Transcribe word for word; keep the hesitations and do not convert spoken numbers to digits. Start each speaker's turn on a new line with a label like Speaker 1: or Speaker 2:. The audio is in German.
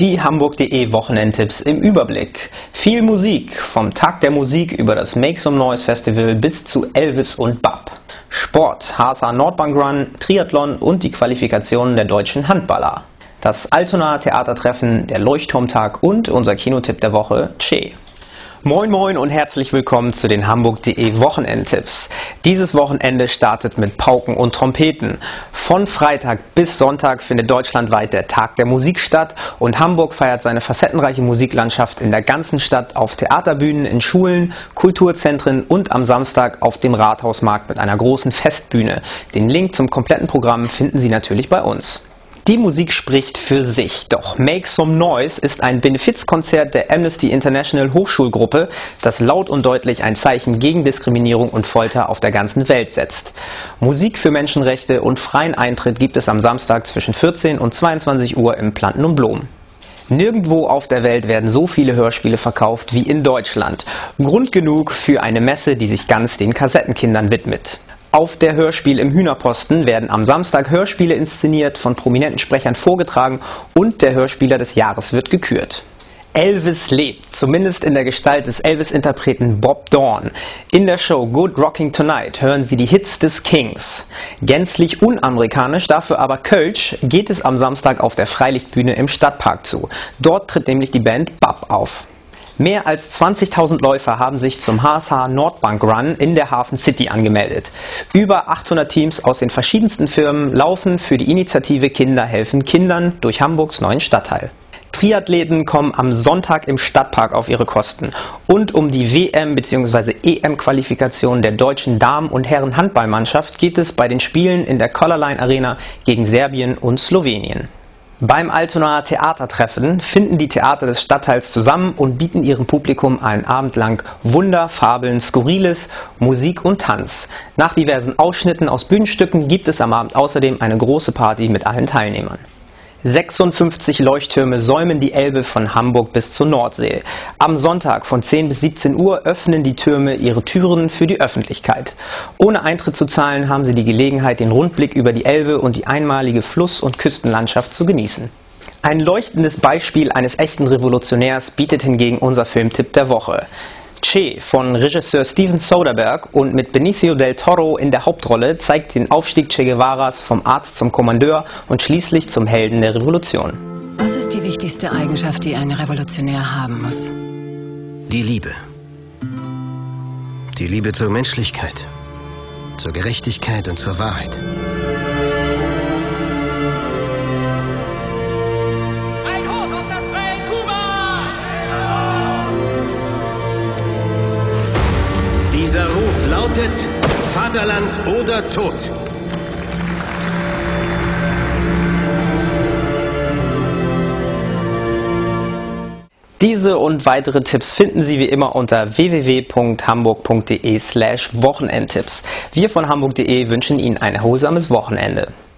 Speaker 1: Die Hamburg.de Wochenendtipps im Überblick. Viel Musik, vom Tag der Musik über das Make Some Noise Festival bis zu Elvis und Bab. Sport, H S A Nordbank Run, Triathlon und die Qualifikationen der deutschen Handballer. Das Altonaer Theatertreffen, der Leuchtturmtag und unser Kinotipp der Woche, Che. Moin Moin und herzlich willkommen zu den Hamburg.de Wochenendtipps. Dieses Wochenende startet mit Pauken und Trompeten. Von Freitag bis Sonntag findet deutschlandweit der Tag der Musik statt und Hamburg feiert seine facettenreiche Musiklandschaft in der ganzen Stadt auf Theaterbühnen, in Schulen, Kulturzentren und am Samstag auf dem Rathausmarkt mit einer großen Festbühne. Den Link zum kompletten Programm finden Sie natürlich bei uns. Die Musik spricht für sich, doch Make Some Noise ist ein Benefizkonzert der Amnesty International Hochschulgruppe, das laut und deutlich ein Zeichen gegen Diskriminierung und Folter auf der ganzen Welt setzt. Musik für Menschenrechte und freien Eintritt gibt es am Samstag zwischen vierzehn und zweiundzwanzig Uhr im Planten und Blumen. Nirgendwo auf der Welt werden so viele Hörspiele verkauft wie in Deutschland. Grund genug für eine Messe, die sich ganz den Kassettenkindern widmet. Auf der Hörspiel im Hühnerposten werden am Samstag Hörspiele inszeniert, von prominenten Sprechern vorgetragen und der Hörspieler des Jahres wird gekürt. Elvis lebt, zumindest in der Gestalt des Elvis-Interpreten Bob Dorn. In der Show Good Rocking Tonight hören Sie die Hits des Kings. Gänzlich unamerikanisch, dafür aber kölsch, geht es am Samstag auf der Freilichtbühne im Stadtpark zu. Dort tritt nämlich die Band Bab auf. Mehr als zwanzigtausend Läufer haben sich zum H S A Nordbank Run in der Hafen City angemeldet. Über achthundert Teams aus den verschiedensten Firmen laufen für die Initiative Kinder helfen Kindern durch Hamburgs neuen Stadtteil. Triathleten kommen am Sonntag im Stadtpark auf ihre Kosten. Und um die W M- bzw. E M-Qualifikation der deutschen Damen- und Herren-Handballmannschaft geht es bei den Spielen in der Colorline Arena gegen Serbien und Slowenien. Beim Altonaer Theatertreffen finden die Theater des Stadtteils zusammen und bieten ihrem Publikum einen Abend lang Wunder, Fabeln, Skurriles, Musik und Tanz. Nach diversen Ausschnitten aus Bühnenstücken gibt es am Abend außerdem eine große Party mit allen Teilnehmern. sechsundfünfzig Leuchttürme säumen die Elbe von Hamburg bis zur Nordsee. Am Sonntag von zehn bis siebzehn Uhr öffnen die Türme ihre Türen für die Öffentlichkeit. Ohne Eintritt zu zahlen haben Sie die Gelegenheit, den Rundblick über die Elbe und die einmalige Fluss- und Küstenlandschaft zu genießen. Ein leuchtendes Beispiel eines echten Revolutionärs bietet hingegen unser Filmtipp der Woche. Che von Regisseur Steven Soderbergh und mit Benicio del Toro in der Hauptrolle zeigt den Aufstieg Che Guevaras vom Arzt zum Kommandeur und schließlich zum Helden der Revolution.
Speaker 2: Was ist die wichtigste Eigenschaft, die ein Revolutionär haben muss?
Speaker 3: Die Liebe. Die Liebe zur Menschlichkeit, zur Gerechtigkeit und zur Wahrheit. Dieser Ruf lautet Vaterland oder Tod.
Speaker 1: Diese und weitere Tipps finden Sie wie immer unter w w w punkt hamburg punkt de slash Wochenendtipps. Wir von Hamburg punkt de wünschen Ihnen ein erholsames Wochenende.